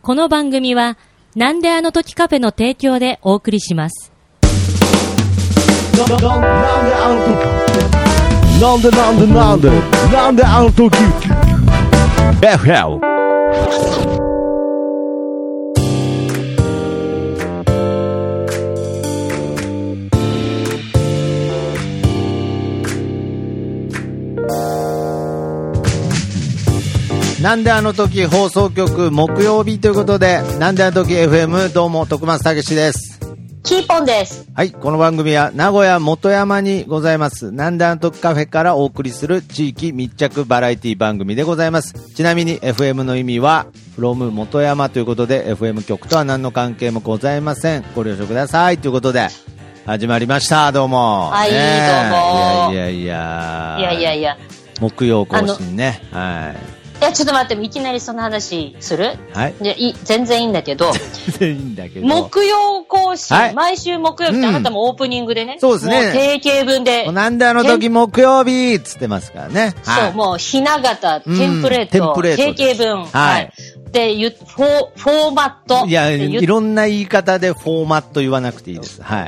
この番組はなんであの時カフェの提供でお送りします。 なんであの時 FLなんであの時放送局木曜日ということで、なんであの時 FM、 どうも徳松たけしです。 キーポンです。 はい、この番組は名古屋元山にございますなんであの時カフェからお送りする地域密着バラエティ番組でございます。ちなみに FM の意味は from 元山ということで FM 局とは何の関係もございません。ご了承くださいということで始まりました。どうも。 はい、どうも。 いや木曜更新ね。はい。 いや、ちょっと待って、いきなりその話する？ はい。 全然いいんだけど。 全然いいんだけど。 木曜更新、 はい、 毎週木曜日ってあなたもオープニングでね。 そうですね。 もう定型文で。 なんであの時木曜日っつってますからね。 はい、そう、もうひな形、テンプレート、定型文。 はい。 で、フォーマット。 いや、いろんな言い方でフォーマット言わなくていいです。はい。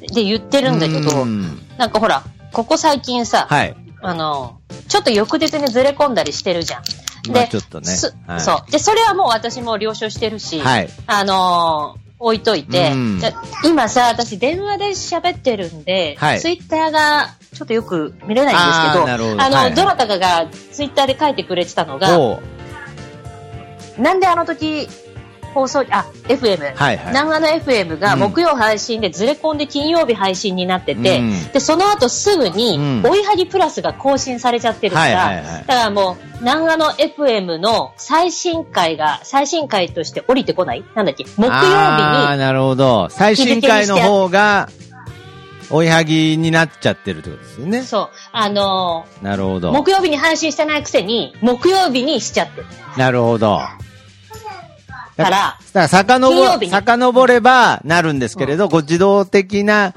で、言ってるんだけど、なんかほら、ここ最近さ、 はい。 ちょっと翌日にずれ込んだりしてるじゃん。で、 ちょっとね。 はい、そう。で、それはもう私も了承してるし、 はい。 置いといて、今さ、私電話で喋ってるんで、はい、ツイッターがちょっとよく見れないんですけど、 なるほど。 どなたかがツイッターで書いてくれてたのが、なんであの時、放送、FM。 はいはい。 南アの FM が木曜配信でずれ込んで金曜日配信になってて、で、その後すぐに、追いはぎプラスが更新されちゃってるから、だからもう、南アの FM の最新回として降りてこない？なんだっけ？木曜日に。 なるほど。最新回の方が、追いはぎになっちゃってるってことですよね。 そう。 なるほど。 木曜日に配信してないくせに、木曜日にしちゃってる。 なるほど。 から、 遡ればなるんですけれど、自動的な、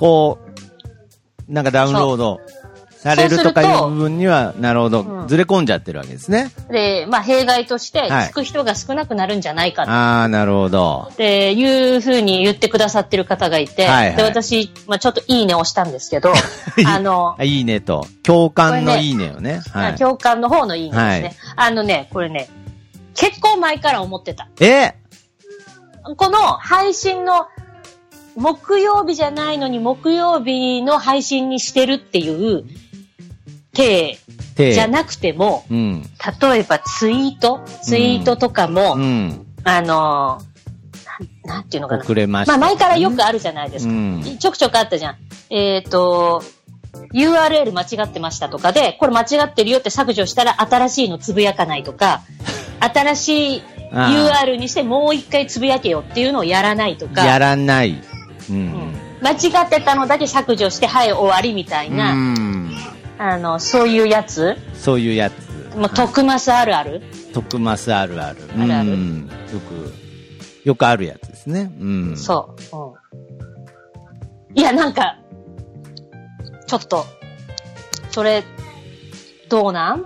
なんかダウンロードされるとかいう部分には、なるほど、ずれ込んじゃってるわけですね。 で、弊害として、聞く人が少なくなるんじゃないかな。なるほど。 っていうふうに言ってくださってる方がいて、で、私、ちょっといいねをしたんですけど、 いいねと、共感のいいねをね。 共感の方のいいねですね。これね、結構前から思ってた。この配信の木曜日じゃないのに木曜日の配信にしてるっていう体じゃなくても、例えばツイートとかも、なんていうのかな。 遅れました。 前からよくあるじゃないですか。ちょくちょくあったじゃん。URL 間違ってましたとかで、これ間違ってるよって削除したら新しいのつぶやかないとか、新しい URL にしてもう一回つぶやけよっていうのをやらないとか。 やらない。 間違ってたのだけ削除して、はい、終わりみたいな。そういうやつ。もう、徳マスあるある。 徳マスあるある。よくあるやつですね。 そう。いや、なんか、ちょっと、それ、どうなん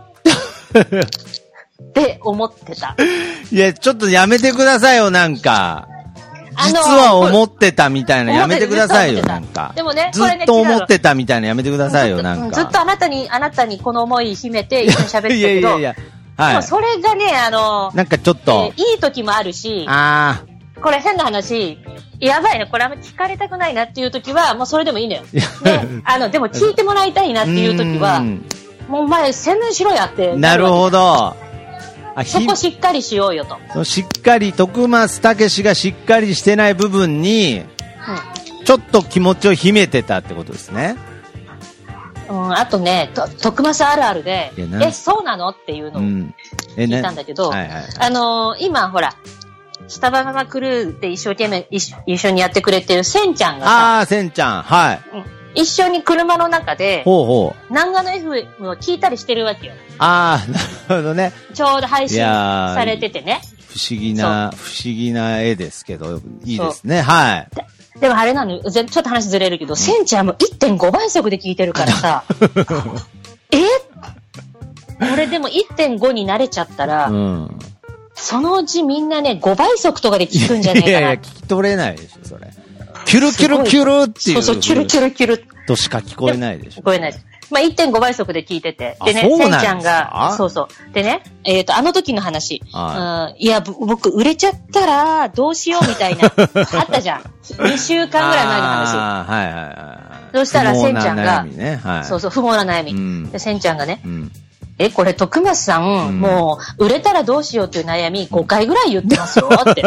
って思ってた。 いや、ちょっとやめてくださいよ、なんか。実は思ってたみたいなやめてくださいよ、なんか。 でもね、 ずっと思ってたみたいなやめてくださいよ、なんか。 ずっとあなたにこの思い秘めて一緒に喋ってたけど。はい。それがね、 なんかちょっと。 いい時もあるし。これ変な話、やばいね、これあんま聞かれたくないなっていう時は、もうそれでもいいのよ。でも聞いてもらいたいなっていう時は、もう前宣伝しろやって。 なるほど。 そこしっかりしようよと。 しっかり、徳松たけしがしっかりしてない部分に、ちょっと気持ちを秘めてたってことですね。 あとね、徳松あるあるで、そうなのっていうのを聞いたんだけど、今ほら、スタバママクルーで一生懸命一緒にやってくれてるセンちゃんがさ、 センちゃん、はい。 一緒に車の中で、南アの FM を聞いたりしてるわけよ。 なるほどね。 ちょうど配信されててね。 不思議な絵ですけど、いいですね。はい。 でもあれなの、ちょっと話ずれるけど、センちゃんも 1.5 倍速で聞いてるからさ、これでも 1.5 に慣れちゃったら、 そのうちみんなね、5倍速とかで聞くんじゃないかな。 いやいや、聞き取れないでしょ、それ。キュルキュルキュルっていう。 そう、キュルキュルキュル。 としか聞こえないでしょ。 聞こえないです。まあ、1.5 倍速で聞いてて。でね、せんちゃんが、そうそう。でね、あの時の話。いや、僕、売れちゃったら、どうしようみたいな、あったじゃん。2週間ぐらい前の話。 はいはいはい。 そしたら、せんちゃんが、 はい、 そうそう、不毛な悩み。で、せんちゃんがね、これ、徳松さん、もう、売れたらどうしようっていう悩み、5回ぐらい言ってますよ、って。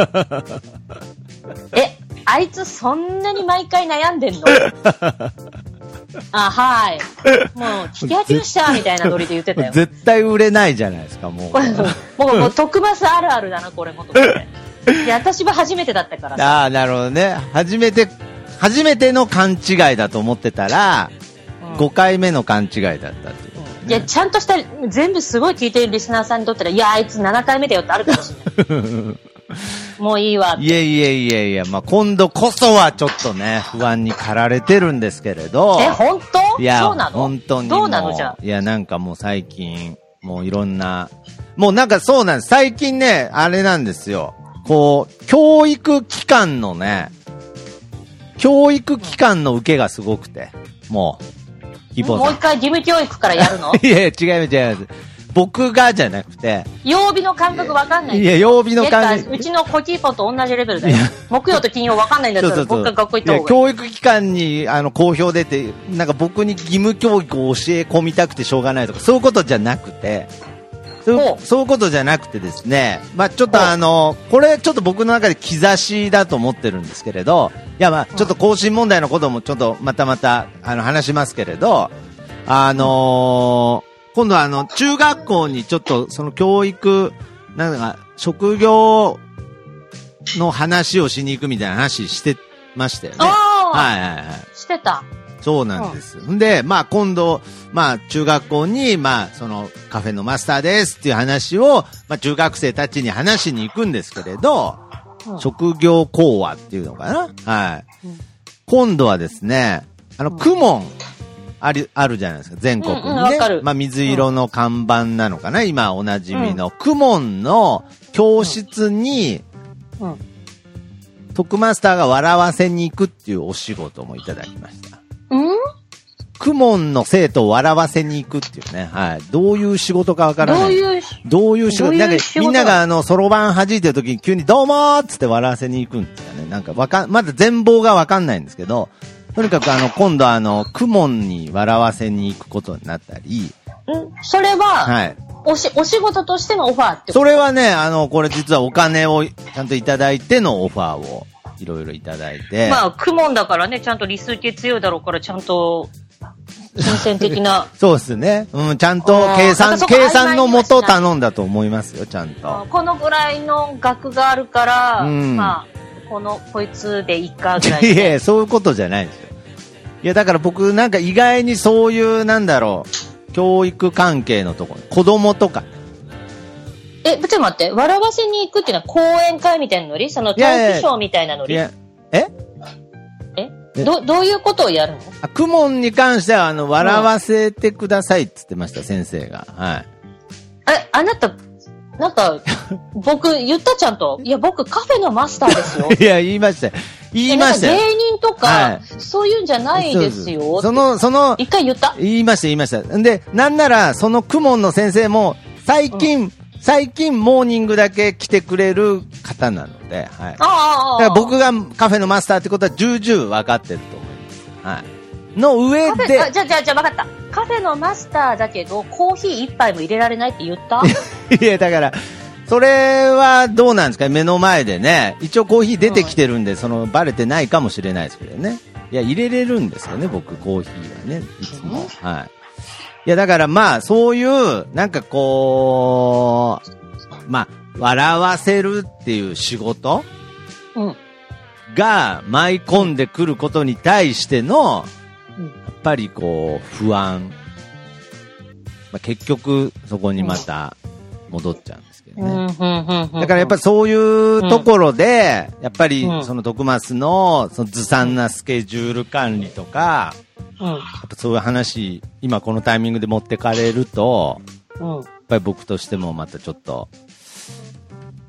あいつ、そんなに毎回悩んでんのはい。もう、聞き飽きました、みたいなノリで言ってたよ。 絶対売れないじゃないですか、もう。 もう、徳増あるあるだな、これもと思って。いや、私は初めてだったからさ。なるほどね。初めての勘違いだと思ってたら、5回目の勘違いだったっていう、ね。 いや、ちゃんとした、全部すごい聞いてるリスナーさんにとったら、いや、あいつ7回目だよってあるかもしれない。もういいわって。 いや、まあ、今度こそはちょっとね、不安に駆られてるんですけれど。 本当？ いや、 そうなの？ 本当に。 どうなのじゃあ。 いや、なんかもう最近、もういろんな、もうなんかそうなんです。最近ね、あれなんですよ。こう、教育機関の受けがすごくて、もう一回義務教育からやるの？ いや、違います。僕がじゃなくて。 曜日の感覚わかんない。 いや、曜日の感覚。 うちのコキーポンと同じレベルだよ。木曜と金曜わかんないんだったら僕が学校行った方がいい。 教育機関に、公表出て、なんか僕に義務教育を教え込みたくてしょうがないとか、そういうことじゃなくて、そういうことじゃなくてですね、まあちょっとこれちょっと僕の中で兆しだと思ってるんですけれど、いやまあちょっと更新問題のこともちょっとまた話しますけれど、今度は中学校にちょっとその教育、なんか職業の話をしに行くみたいな話してましたよね。はい。 してた。 そうなんです。で、まあ今度、まあ中学校に、まあそのカフェのマスターですっていう話を、まあ中学生たちに話しに行くんですけれど、職業講話っていうのかな？はい。今度はですね、公文、あるじゃないですか、全国にね。まあ、水色の看板なのかな、今おなじみの。公文の教室に、徳マスターが笑わせに行くっていうお仕事もいただきました。公文の生徒を笑わせに行くっていうね。はい。どういう仕事かわからない。どういう仕事なんか、みんながそろばん弾いてる時に急にどうもーっつって笑わせに行くんですよね。なんかまだ全貌がわかんないんですけど、とにかく今度公文に笑わせに行くことになったり。 それは、はい。お仕事としてのオファーってこと？ それはね、これ実はお金をちゃんといただいてのオファーをいろいろいただいて。 まあ、公文だからね、ちゃんと理数系強いだろうから、ちゃんと、金銭的な。 そうですね。ちゃんと計算のもと頼んだと思いますよ、ちゃんと。 このぐらいの額があるから、まあ、こいつでいいかぐらい。 いや、そういうことじゃないんですよ。いや、だから僕なんか意外にそういう、教育関係のところ、子供とか。 ちょっと待って、笑わせに行くっていうのは講演会みたいなノリ？そのトークショーみたいなノリ？どういうことをやるの？ 公文に関しては、笑わせてくださいって言ってました、先生が。はい。 あなた、なんか、僕言ったちゃんと。いや、僕カフェのマスターですよ。 いや、言いましたよ。芸人とか、そういうんじゃないですよ。一回言った？ 言いました。で、なんなら、その公文の先生も、最近モーニングだけ来てくれる方なので、はい。だから僕がカフェのマスターってことは重々分かってると思います。はい。の上で。 じゃあ分かった。カフェのマスターだけど、コーヒー一杯も入れられないって言った？ いや、だから、それはどうなんですか？目の前でね。一応コーヒー出てきてるんで、バレてないかもしれないですけどね。いや、入れれるんですよね、僕、コーヒーはね。いつも。はい。いや、だからまあ、そういう、なんかこう、まあ、笑わせるっていう仕事が舞い込んでくることに対しての、やっぱりこう、不安。まあ、結局、そこにまた戻っちゃうんですけどね。だからやっぱりそういうところで、やっぱりその徳増のそのずさんなスケジュール管理とか、やっぱそういう話、今このタイミングで持ってかれると、やっぱり僕としてもまたちょっと、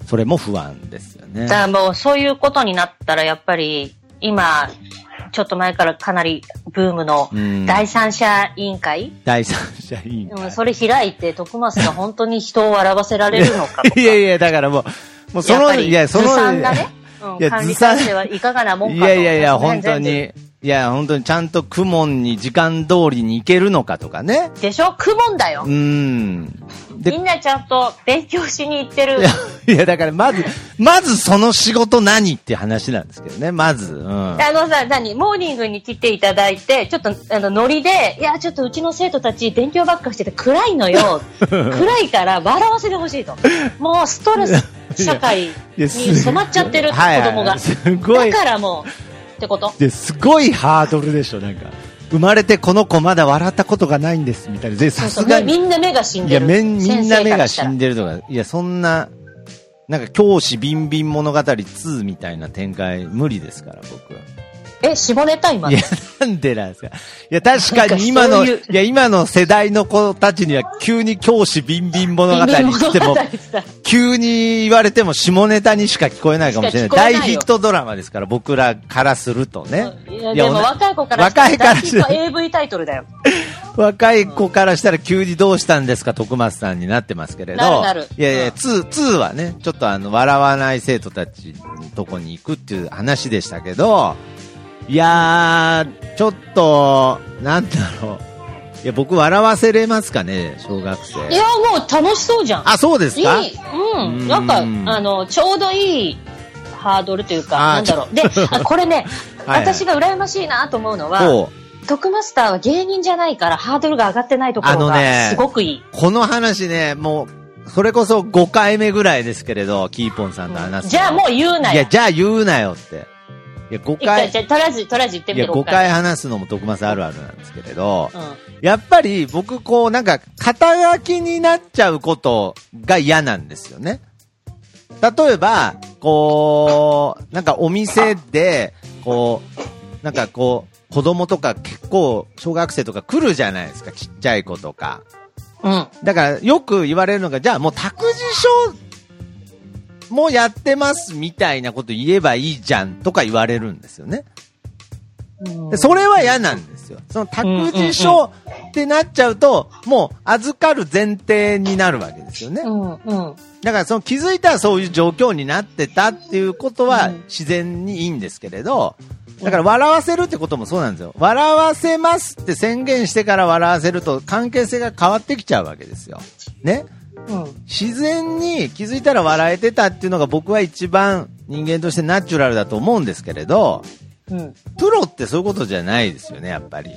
それも不安ですよね。 だからもうそういうことになったらやっぱり今、ちょっと前からかなりブームの第三者委員会、 第三者委員会。 それ開いて、徳松が本当に人を笑わせられるのかとか。 いやいや、だからもうその、いや、その、 ずさんなね。 いや、 管理体制はいかがなもんかと。 いやいやいや、本当に。いや、本当にちゃんと公文に時間通りに行けるのかとかね。 でしょ？公文だよ。 みんなちゃんと勉強しに行ってる。 いや、だからまずその仕事何って話なんですけどね、まず。 モーニングに来ていただいて、ちょっとノリで、いや、ちょっとうちの生徒たち勉強ばっかしてて暗いのよ。暗いから笑わせてほしいと。もうストレス社会に染まっちゃってる子供が。 すごい。 だからもう、ってことすごいハードルでしょ、なんか。生まれてこの子まだ笑ったことがないんですみたいな。さすがに。 みんな目が死んでる。 いや、みんな目が死んでるとか。いや、そんな、なんか教師ビンビン物語2みたいな展開無理ですから、僕は。 下ネタ今の。 いや、なんでなんですか。いや、確かに今の世代の子たちには急に教師ビンビン物語って言っても、急に言われても下ネタにしか聞こえないかもしれない。大ヒットドラマですから、僕らからするとね。 いや、でも若い子からしたら大ヒット AV タイトルだよ。 若い子からしたら急にどうしたんですか、徳松さんになってますけれど。 なる。 いやいや、2はね、ちょっと笑わない生徒たちのとこに行くっていう話でしたけど、いやー、ちょっと、なんだろう。いや、僕笑わせれますかね、小学生。 いや、もう楽しそうじゃん。 あ、そうですか？ なんか、ちょうどいいハードルというか、なんだろう。で、これね、私が羨ましいなと思うのは、徳マスターは芸人じゃないからハードルが上がってないところがすごくいい。 この話ね、もう、それこそ5回目ぐらいですけれど、キーポンさんと話す。 じゃあもう言うなよ。 いや、じゃあ言うなよって。いや、5回。 とりあえず言ってみよう。 いや、5回話すのも徳松あるあるなんですけれど、やっぱり僕なんか、肩書きになっちゃうことが嫌なんですよね。例えば、なんかお店で、なんか子供とか結構小学生とか来るじゃないですか、ちっちゃい子とか。だからよく言われるのが、じゃあもう託児所もやってますみたいなこと言えばいいじゃんとか言われるんですよね。それは嫌なんですよ。その託児所ってなっちゃうと、もう預かる前提になるわけですよね。だからその気づいたらそういう状況になってたっていうことは自然にいいんですけれど、だから笑わせるってこともそうなんですよ。笑わせますって宣言してから笑わせると関係性が変わってきちゃうわけですよ。ね。自然に気づいたら笑えてたっていうのが僕は一番人間としてナチュラルだと思うんですけれど、プロってそういうことじゃないですよね、やっぱり。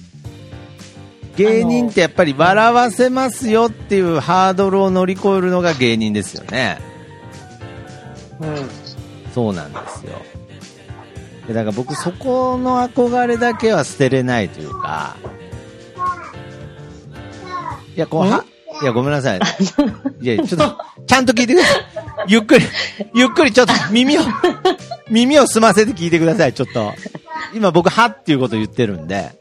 芸人ってやっぱり笑わせますよっていうハードルを乗り越えるのが芸人ですよね。そうなんですよ。だから僕そこの憧れだけは捨てれないというか、いや、いや、ごめんなさい。いや、ちょっと、ちゃんと聞いてください。ゆっくりちょっと耳を澄ませて聞いてください、ちょっと。今僕、はっていうこと言ってるんで。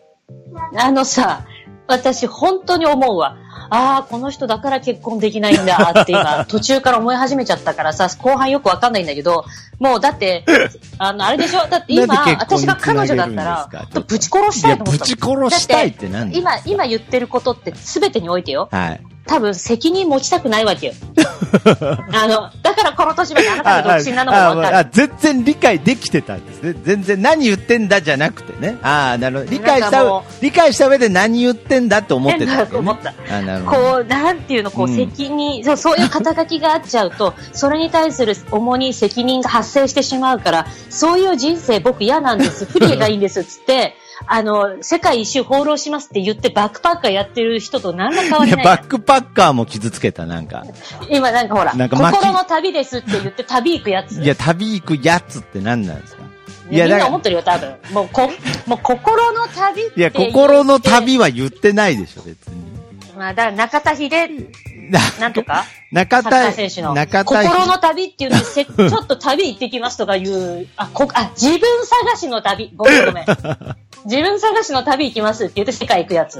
私本当に思うわ。この人だから結婚できないんだって今、途中から思い始めちゃったからさ、後半よくわかんないんだけど、もうだって、あれでしょ？だって今、私が彼女だったら、ぶち殺したいと思った。 ぶち殺したいって何？ 今言ってることって全てにおいてよ。 はい。 多分責任持ちたくないわけよ。だからこの年まであなたが独身なのも分かる。 全然理解できてたんですね。全然何言ってんだじゃなくてね。なるほど。理解した上で何言ってんだって思ってた、ね。 思った。 なるほど。 なんていうの、責任、そういう肩書きがあっちゃうと、それに対する重に責任が発生してしまうから、そういう人生僕嫌なんです。不利がいいんですっつって、世界一周放浪しますって言ってバックパッカーやってる人と何ら変わりない。 いや、バックパッカーも傷つけた、なんか。 今なんかほら、心の旅ですって言って旅行くやつ。 いや、旅行くやつって何なんですか？ いや、みんな思ってるよ、多分。もう心の旅って。 いや、心の旅は言ってないでしょ、別に。 だから中田なんとか中田選手の心の旅っていうのちょっと旅行ってきますとかいう、自分探しの旅。ごめん。自分探しの旅行きますって言って世界行くやつ。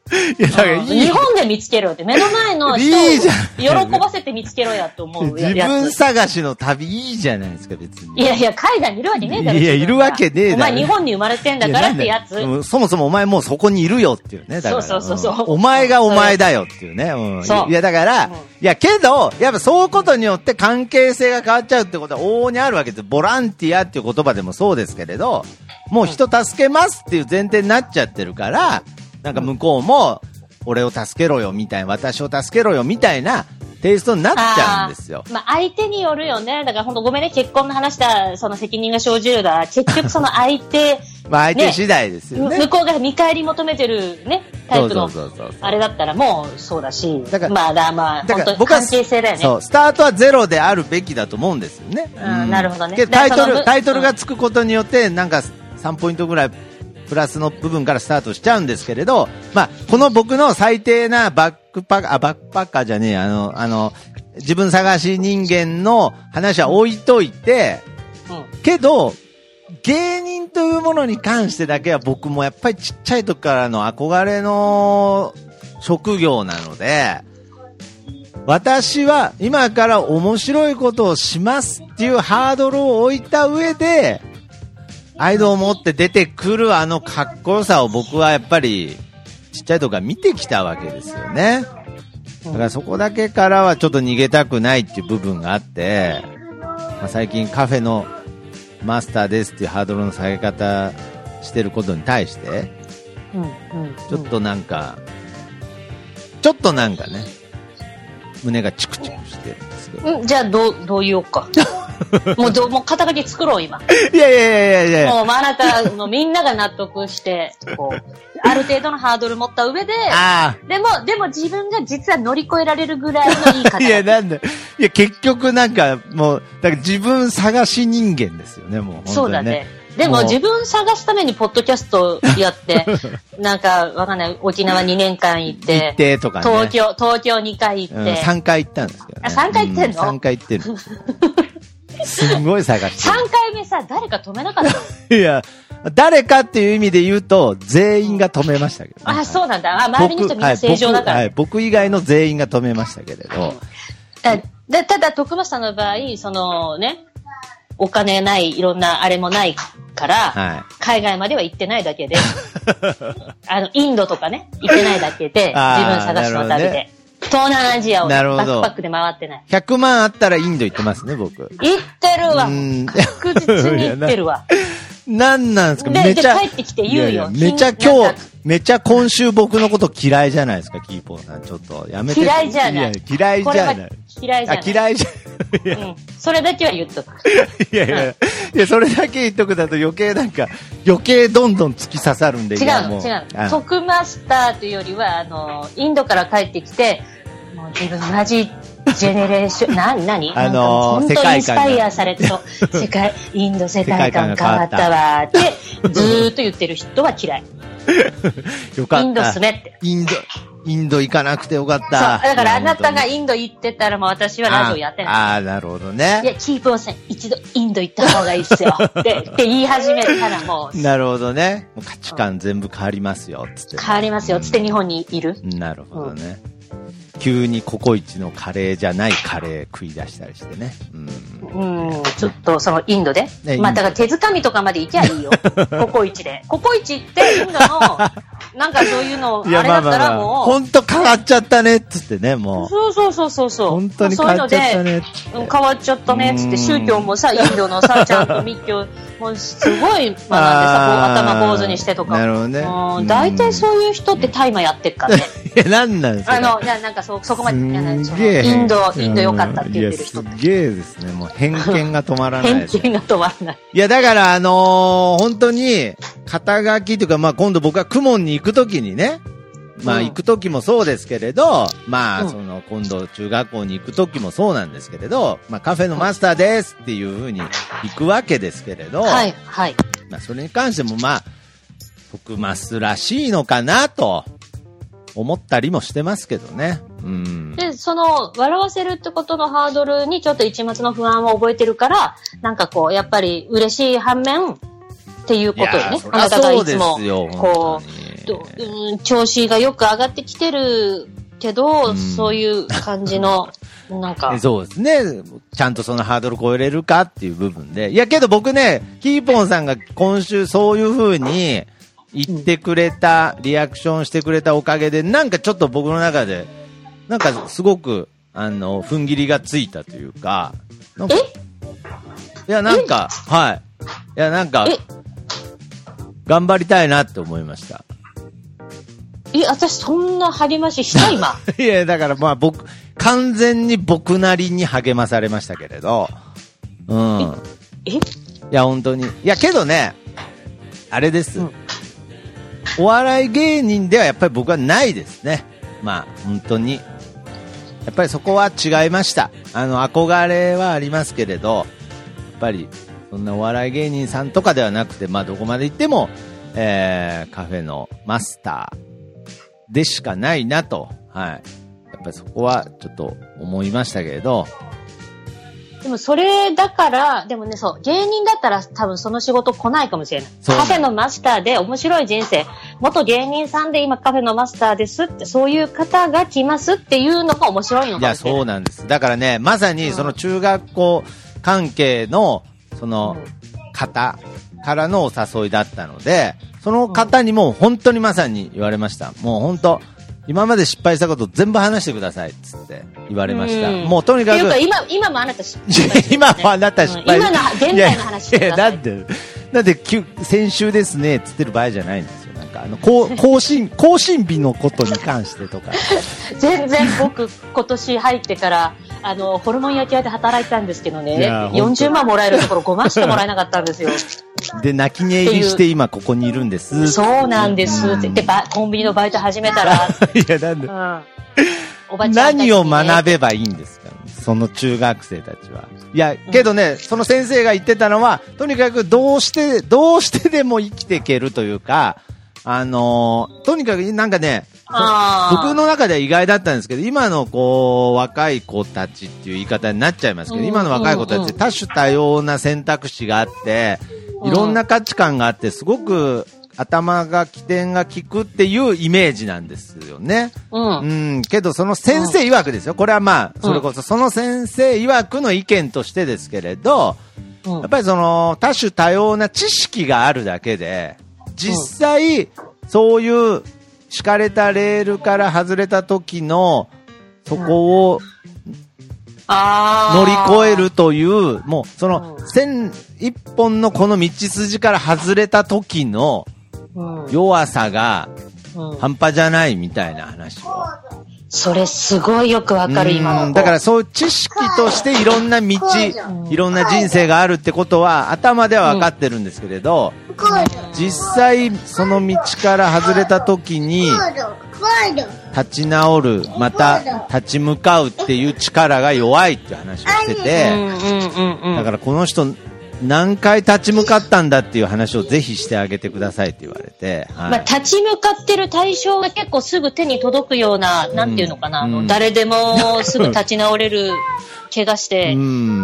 いや、だから日本で見つけろって、目の前の人を喜ばせて見つけろやと思うやつ。 自分探しの旅いいじゃないですか、別に。 いやいや、海外にいるわけねえだろ。 いや、いるわけねえだろ。 お前日本に生まれてんだからってやつ。 そもそもお前もうそこにいるよっていうね。だからそう。 お前がお前だよっていうね。いや、だから、いや、けど、やっぱそういうことによって関係性が変わっちゃうってことは往々にあるわけです。ボランティアっていう言葉でもそうですけれど、もう人助けますっていう前提になっちゃってるから、なんか向こうも、俺を助けろよみたいな、私を助けろよみたいなテイストになっちゃうんですよ。 まあ相手によるよね。だから本当ごめんね、結婚の話だ、その責任が生じるだ。結局その相手、 まあ相手次第ですよね。 向こうが見返り求めてるね、タイプの、あれだったらもうそうだし、だからまあ本当に関係性だよね。 そう、スタートはゼロであるべきだと思うんですよね。 なるほどね。 タイトルがつくことによって、なんか3ポイントぐらい、プラスの部分からスタートしちゃうんですけれど、まあ、この僕の最低なバックパッカーじゃねえ、自分探し人間の話は置いといて、けど、芸人というものに関してだけは僕もやっぱりちっちゃい時からの憧れの職業なので、私は今から面白いことをしますっていうハードルを置いた上で、アイドルを持って出てくるあのかっこよさを僕はやっぱりちっちゃい時から見てきたわけですよね。だからそこだけからはちょっと逃げたくないっていう部分があって、まあ、最近カフェのマスターですっていうハードルの下げ方してることに対して、ちょっとなんかね、胸がチクチクしてるんですけど。 じゃあどう言おうか。もう肩書き作ろう今。 いや。 もうあなたのみんなが納得して、こう、ある程度のハードル持った上で、でも自分が実は乗り越えられるぐらいのいい方。 いや、なんだ。いや、結局なんかもう、だから自分探し人間ですよね、もう、ね。 そうだね。でも自分探すためにポッドキャストやって、なんかわかんない、沖縄2年間行って、 とかね、 東京2回行って、 3回行ったんですけどね。 3回行ってんの ?3 回行ってる。すごい探してる。 3回目さ、誰か止めなかったいや、誰かっていう意味で言うと、全員が止めましたけど、ね。 そうなんだ。周りの人みんな正常だから。 僕以外の全員が止めましたけれど。 ただ、徳松さんの場合、そのね、お金ない、いろんなあれもないから、海外までは行ってないだけで、インドとかね、行ってないだけで、自分探しの旅で。東南アジアをバックパックで回ってない。 100万あったらインド行ってますね、僕。 行ってるわ。確実に行ってるわ。 なんなんですかで、帰ってきて言うよ。 めちゃ今週僕のこと嫌いじゃないですか、キーポーさん。ちょっとやめて。 嫌いじゃない。 嫌いじゃない。 嫌いじゃない。 嫌いじゃない。それだけは言っとく。 いや、それだけ言っとくだと余計どんどん突き刺さるんで。 違う。徳マスターというよりは、インドから帰ってきて、もう自分同じジェネレーション、何本当にインスパイアされてと、インド世界観変わったわって、ずーっと言ってる人は嫌い。 よかった。 インド住めって。 インド行かなくてよかった。 そう。だからあなたがインド行ってたらもう私はラジオやってない。 なるほどね。 いや、キープを一度インド行った方がいいっすよ。って言い始めたらもう。 なるほどね。もう価値観全部変わりますよ、つって。 変わりますよ、つって日本にいる。 なるほどね。急にココイチのカレーじゃないカレー食い出したりしてね。 ちょっとそのインドで。まあだから手づかみとかまで行きゃいいよ。ココイチで。ココイチってインドの、なんかそういうの、あれだったらもう。 ほんと変わっちゃったねっつってね、もう。 そう。 本当に変わっちゃったね。 変わっちゃったねっつって、宗教もさ、インドのさ、ちゃんと密教、もうすごい学んでさ、頭坊主にしてとか。 なるほどね。 大体そういう人って大麻やってっからね。 いや、なんなんですかなんかそこまで、インド良かったって言ってる人。 すげえですね。もう偏見が止まらない。 偏見が止まらない。 いや、だから本当に、肩書きというか、まあ今度僕は公文に行くときにね、まあ行くときもそうですけれど、まあ今度中学校に行くときもそうなんですけれど、まあカフェのマスターですっていう風に行くわけですけれど、 はい。 まあそれに関してもまあ、徳マスらしいのかなと思ったりもしてますけどね。 で、笑わせるってことのハードルにちょっと一抹の不安を覚えてるから、なんかこう、やっぱり嬉しい反面っていうことよね。あなたがいつも、こう、 調子がよく上がってきてるけど、そういう感じの、なんか。 そうですね。ちゃんとそのハードル超えれるかっていう部分で。いやけど僕ね、キーポンさんが今週そういう風に言ってくれた、リアクションしてくれたおかげで、なんかちょっと僕の中で、なんかすごく、踏ん切りがついたというか、なんかいや、なんか、はい。いや、なんか、頑張りたいなって思いました。 私そんな励ましした今。 いや、だからまあ完全に僕なりに励まされましたけれど。うん。いや、本当に。いや、けどね、あれです。お笑い芸人ではやっぱり僕はないですね。まあ、本当に。やっぱりそこは違いました。憧れはありますけれど、やっぱり、そんなお笑い芸人さんとかではなくて、まあ、どこまで行っても、カフェのマスターでしかないなと、はい。やっぱりそこはちょっと思いましたけれど。 でもそれだから、でもね、そう、芸人だったら多分その仕事来ないかもしれない。カフェのマスターで面白い人生、元芸人さんで今カフェのマスターですって、そういう方が来ますっていうのが面白いのかもしれない。いや、 そうなんです。だからね、まさにその中学校関係の、その方からのお誘いだったので、その方にも本当にまさに言われました。もう本当、今まで失敗したこと全部話してくださいっつって言われました。もうとにかく。 っていうか今もあなた失敗してる、ね。 今もあなた失敗してる。 今の現在の話してください。 だって先週ですねっつってる場合じゃないんですよ。なんか更新日のことに関してとか。 全然僕今年入ってからホルモン焼き屋で働いたんですけどね、40万もらえるところ5万しかもらえなかったんですよ。 で、泣き寝入りして今ここにいるんです。 そうなんですって。で、コンビニのバイト始めたら。いや、なんで、おばちゃん、ね、何を学べばいいんですか、その中学生たちは。いや、けどね、その先生が言ってたのは、とにかくどうしてでも生きていけるというか、とにかくなんかね、僕の中では意外だったんですけど、今の若い子たちっていう言い方になっちゃいますけど、今の若い子たちって多種多様な選択肢があって、いろんな価値観があって、すごく起点が効くっていうイメージなんですよね。けどその先生曰くですよ。これはまあ、それこそその先生曰くの意見としてですけれど、やっぱりその多種多様な知識があるだけで、実際、そういう敷かれたレールから外れた時の、そこを、乗り越えるという、もう、その、一本のこの道筋から外れた時の弱さが半端じゃないみたいな話を。 それすごいよくわかる、今の。 だからそういう知識としていろんな道、いろんな人生があるってことは頭では分かってるんですけれど、実際その道から外れた時に立ち直る、また立ち向かうっていう力が弱いっていう話をしてて、だからこの人何回立ち向かったんだっていう話をぜひしてあげてくださいって言われて、 はい、まあ、立ち向かってる対象が結構すぐ手に届くような、なんていうのかな、誰でもすぐ立ち直れる怪我して、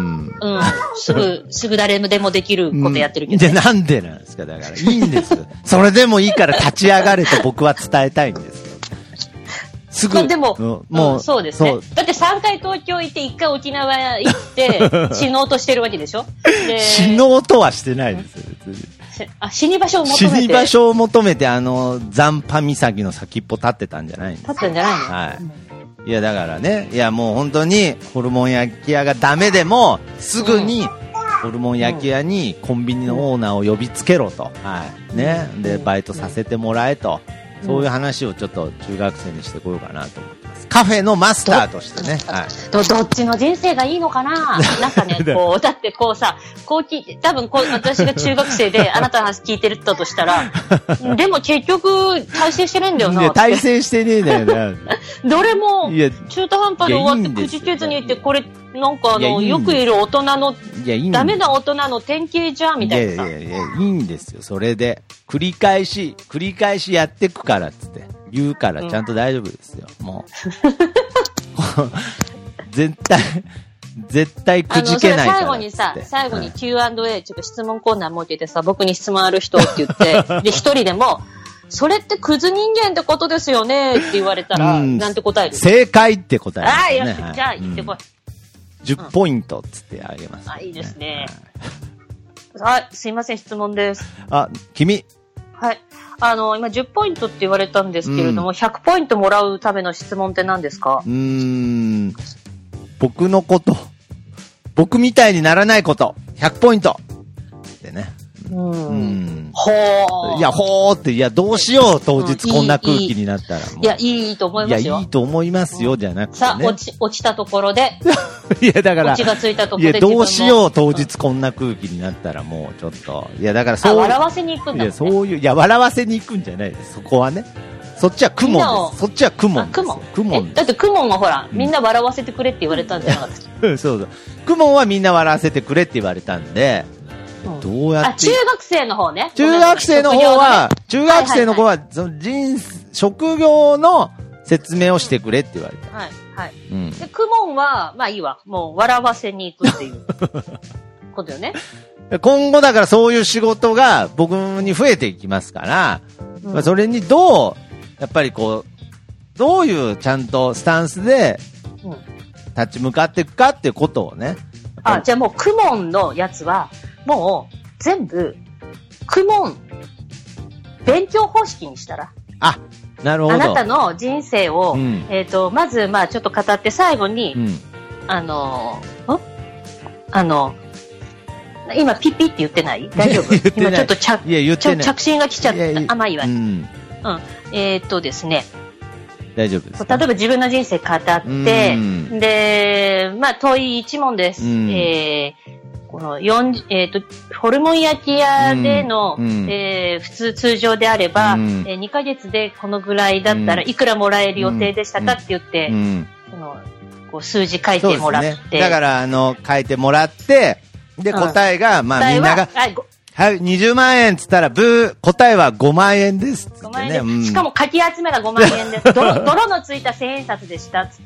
すぐ誰でもできることやってるけど、ね。 で、なんでなんですか、だからいいんですよ。それでもいいから立ち上がれと僕は伝えたいんですよ。すぐ。 まあ、でも、もう、そうですね。だって3回東京行って1回沖縄行って死のうとしてるわけでしょ。 死のうとはしてないですよ、別に。 死に場所を求めて。 死に場所を求めて残波岬の先っぽ立ってたんじゃないんですか。 立ってんじゃないの？ はい。いや、だからね、いや、もう本当に、ホルモン焼き屋がダメでも、すぐに、ホルモン焼き屋にコンビニのオーナーを呼びつけろと。はい。ね。で、バイトさせてもらえと。そういう話をちょっと中学生にしてこようかなと思ってます。カフェのマスターとしてね。はい。 どっちの人生がいいのかな。なんかね、だってさ、聞いて、多分私が中学生であなたの話聞いてるとしたら、でも結局、大成してないんだよな。 大成してねえだよな。 どれも、中途半端で終わってくじけずにいて、これ、なんかよくいる大人の、ダメな大人の典型じゃんみたいなさ。 いいんですよ。それで、繰り返しやってくからっつって言うからちゃんと大丈夫ですよ。もう。絶対くじけないから。 最後に Q&A、ちょっと質問コーナー設けてさ、僕に質問ある人って言って、で、一人でも、 それってクズ人間ってことですよねって言われたら、なんて答える？ 正解って答える、 ね。じゃあ言ってこい。 10ポイントっつってあげます、 いいですね。はい、すいません、質問です。 君。 はい。今10ポイントって言われたんですけれども、100ポイントもらうための質問って何ですか？ 僕のこと。僕みたいにならないこと。100ポイント。ってね。ほー。いや、ほーって、いや、どうしよう、当日こんな空気になったら。 いや、いいと思いますよ。 いや、いいと思いますよ、じゃなくて、ね。 さあ、落ちたところで。 いや、だから。 落ちがついたところで。 いや、どうしよう、当日こんな空気になったら、もうちょっと。いや、だからそう。 笑わせに行くんだもんね。 いや、そういう、いや、笑わせに行くんじゃないです。そこはね。そっちはクモンです。そっちはクモンです。 クモン。だってクモンはほら、みんな笑わせてくれって言われたんじゃなかった。 そう。クモンはみんな笑わせてくれって言われたんで、どうやって。 中学生の方ね。 中学生の方は、職業の説明をしてくれって言われた。 はい。で、クモンは、まあいいわ。もう笑わせに行くっていうことよね。 今後だからそういう仕事が僕に増えていきますから、それにやっぱりこう、どういうちゃんとスタンスで、立ち向かっていくかっていうことをね。 じゃあもうクモンのやつは、もう全部、クモン、勉強方式にしたら。 なるほど。 あなたの人生を、まず、まあちょっと語って最後に、今ピッピって言ってない？大丈夫？今ちょっと着信が来ちゃった。まあいいわ。ですね。 大丈夫です。 例えば自分の人生語って、で、まあ問い1問です。このホルモン焼き屋での、通常であれば、2ヶ月でこのぐらいだったらいくらもらえる予定でしたかって言って、こう数字書いてもらって。 だから書いてもらって、で、答えが、まあみんなが、はい、20万円っつったら、答えは5万円ですっつってね。5万円です。 しかもかき集めが5万円です。泥のついた千円札でしたっつって。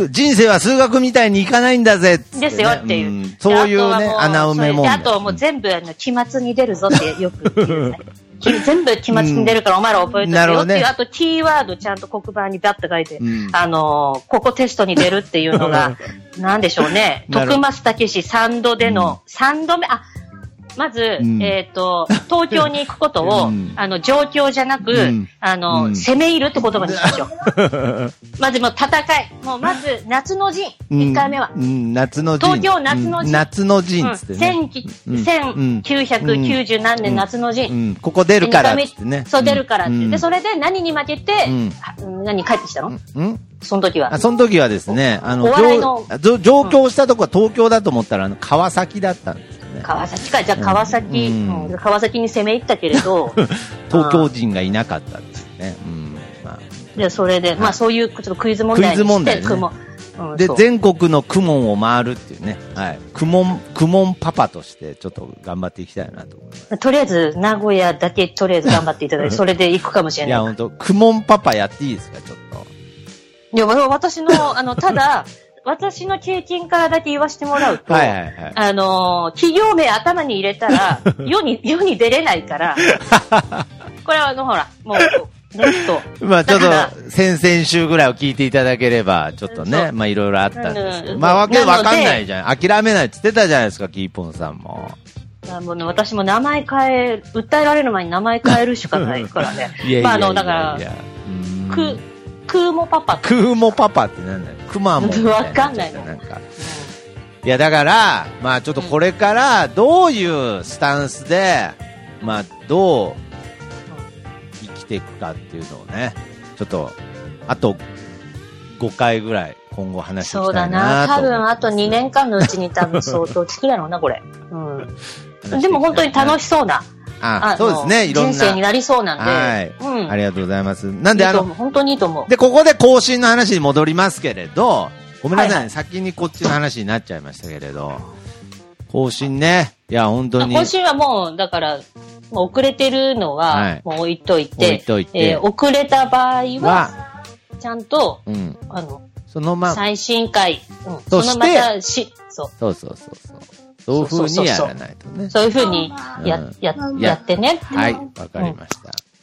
人生は数学みたいにいかないんだぜっつって、ね。ですよっていう。そういうね、穴埋め問題。 あともう全部期末に出るぞってよく言うね。全部期末に出るからお前ら覚えてるよっていう、あとキーワードちゃんと黒板にバッと書いて、ここテストに出るっていうのが、なんでしょうね。徳増武史3度での、3度目、まず、東京に行くことを、状況じゃなく、攻め入るって言葉にしましょう。まずもう戦い。もうまず、夏の陣。1回目は。 夏の陣。 東京夏の陣。 夏の陣つってね。 1990何年夏の陣。 ここ出るからってね。 そう出るからって。で、それで何に負けて、何帰ってきたの？その時は。 その時はですね、上京したとこは東京だと思ったら、川崎だったんです。 川崎か。じゃあ川崎、川崎に攻め入ったけれど、 東京人がいなかったんですね。 で、それで、まあそういうちょっとクイズ問題にして、 で、全国のクモンを回るっていうね。はい。クモンパパとしてちょっと頑張っていきたいなと思います。 とりあえず、名古屋だけとりあえず頑張っていただいて、それで行くかもしれない。 いや、ほんと、クモンパパやっていいですか、ちょっと。 いや、私の、ただ、私の経験からだけ言わせてもらうと、企業名頭に入れたら、世に出れないから、これはほら、もう、 まあちょっと、先々週ぐらいを聞いていただければ、ちょっとね、まあいろいろあったんですけど、まあわかんないじゃん。諦めないって言ってたじゃないですか、キーポンさんも。 もうね、私も名前訴えられる前に名前変えるしかないからね。まあだから、クーモパパってなんだよ。クマモンみたいな。 わかんないの。 なんか。いや、だから、まあちょっとこれからどういうスタンスで、まあどう生きていくかっていうのをね、ちょっと、あと5回ぐらい今後話していきたいなと。そうだな。 多分あと2年間のうちに多分相当作るやろうな、これ。でも本当に楽しそうな。 そうですね。いろんな。 人生になりそうなんで。 はい。ありがとうございます。なんで本当にいいと思う。 で、ここで更新の話に戻りますけれど、ごめんなさいね。先にこっちの話になっちゃいましたけれど、更新ね。いや、本当に。 更新はもう、だから、もう遅れてるのは、もう置いといて、遅れた場合は、ちゃんと、 その最新回、 そのまたそう。 そういう風にやらないとね。 そういう風にやってね。 はい、わかりました。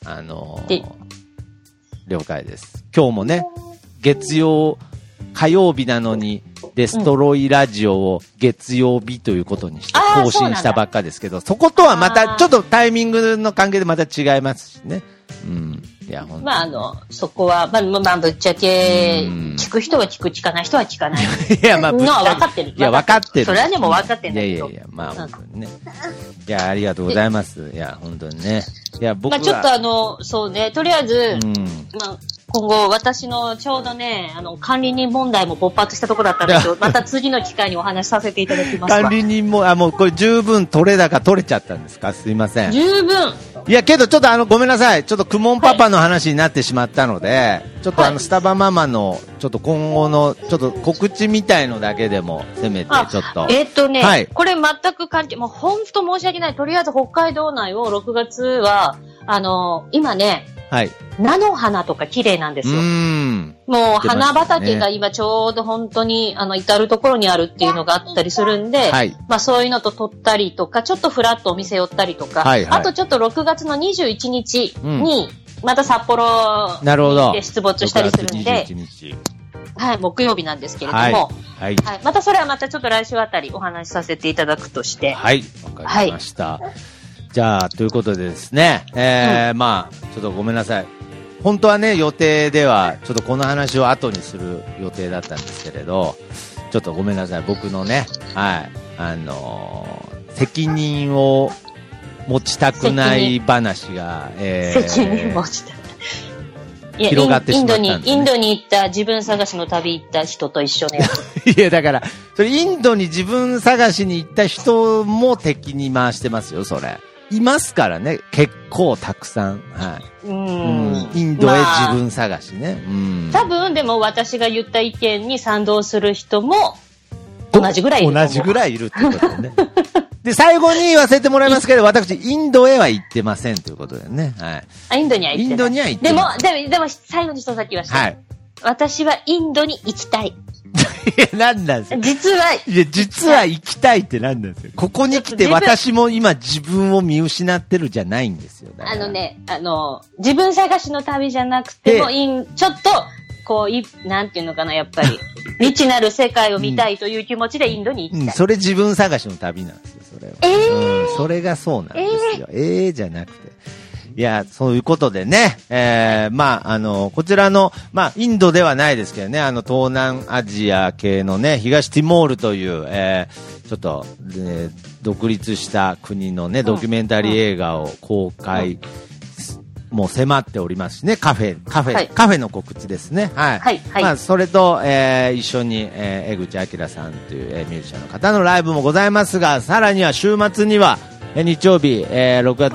了解です。今日もね、火曜日なのに、デストロイラジオを月曜日ということにして更新したばっかですけど、そことはまたちょっとタイミングの関係でまた違いますしね。うん。いや、本当に。 そこは、ぶっちゃけ、聞く人は聞く、聞かない人は聞かない。 いや、まあ、 のは分かってる。 いや、分かってる。 それはでも分かってんだけど。 いや、まあ、本当にね。いや、ありがとうございます。いや、本当にね。いや、僕は。 ちょっとそうね、とりあえず、今後、私のちょうどね、管理人問題も勃発したところだったんですけど、また次の機会にお話しさせていただきます。 管理人も、もうこれ十分取れちゃったんですか？すいません。 十分。 いや、けどちょっとごめんなさい。ちょっとクモンパパの話になってしまったので、ちょっとスタバママの、ちょっと今後の、ちょっと告知みたいのだけでも、せめてちょっと。 はい、これ全くもう本当申し訳ない。とりあえず北海道内を6月は、今ね、 はい。 菜の花とか綺麗なんですよ。もう花畑が今ちょうど本当に至るところにあるっていうのがあったりするんで、はい、まあそういうのと撮ったりとか、ちょっとフラッとお店寄ったりとか、はいはい、あとちょっと6月の21日にまた札幌で出没したりするんで、はい、木曜日なんですけれども、はいはいはい、またそれはまたちょっと来週あたりお話しさせていただくとして。 はい、わかりました。はい、じゃあ、ということでですね、まあ、ちょっとごめんなさい。本当はね、予定では、ちょっとこの話を後にする予定だったんですけれど、ちょっとごめんなさい。僕のね、はい、責任を持ちたくない話が、 責任持ちたくない。 広がってしまったんですね。 インドに行った自分探しの旅行った人と一緒ね。 いや、だから、それインドに自分探しに行った人も敵に回してますよ、それ。いますからね、結構たくさん。はい。インドへ自分探しね。 多分、でも私が言った意見に賛同する人も同じぐらいいると思う。 同じぐらいいるってことね。で、最後に言わせてもらいますけど、私、インドへは行ってませんということでね。はい。 インドには行ってない。 インドには行ってない。 でも、最後に一つだけ言わせて。はい。私はインドに行きたい。 いや、なんなんですよ。実は行きたいってなんなんですよ。ここに来て私も今自分を見失ってるじゃないんですよ。 自分探しの旅じゃなくても、ちょっと、こう、なんていうのかな、やっぱり、未知なる世界を見たいという気持ちでインドに行きたい。 それ自分探しの旅なんですよ、それは。それがそうなんですよ。じゃなくて。いや、そういうことでね、まあ、こちらの、まあ、インドではないですけどね、東南アジア系のね、東ティモールという、ちょっと、独立した国のね、ドキュメンタリー映画を公開、もう迫っておりますしね、カフェの告知ですね。はい。はい。はい。まあ、それと、一緒に、江口明さんという、ミュージシャンの方のライブもございますが、さらには週末には、日曜日、6月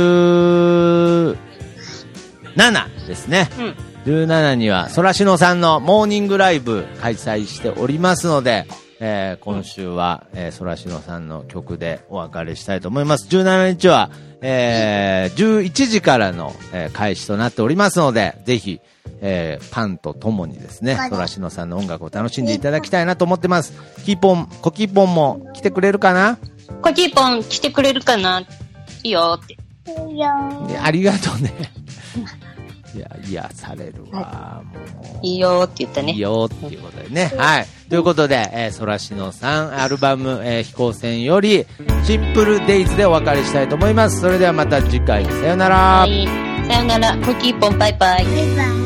17ですね。17には、ソラシノさんのモーニングライブ開催しておりますので、今週は、ソラシノさんの曲でお別れしたいと思います。17日は、11時からの、開始となっておりますので、ぜひ、パンとともにですね、ソラシノさんの音楽を楽しんでいただきたいなと思ってます。コキポンも来てくれるかな？ コキポン来てくれるかな？いいよって。 いいよ。ありがとうね。いや、癒されるわ。 もういいよって言ったね。 いいよっていうことでね。はい。ということで、ソラシノさん、アルバム、飛行船より、シンプルデイズでお別れしたいと思います。それではまた次回、さよなら。 はい。さよなら。コキポンバイバイ。バイバイ。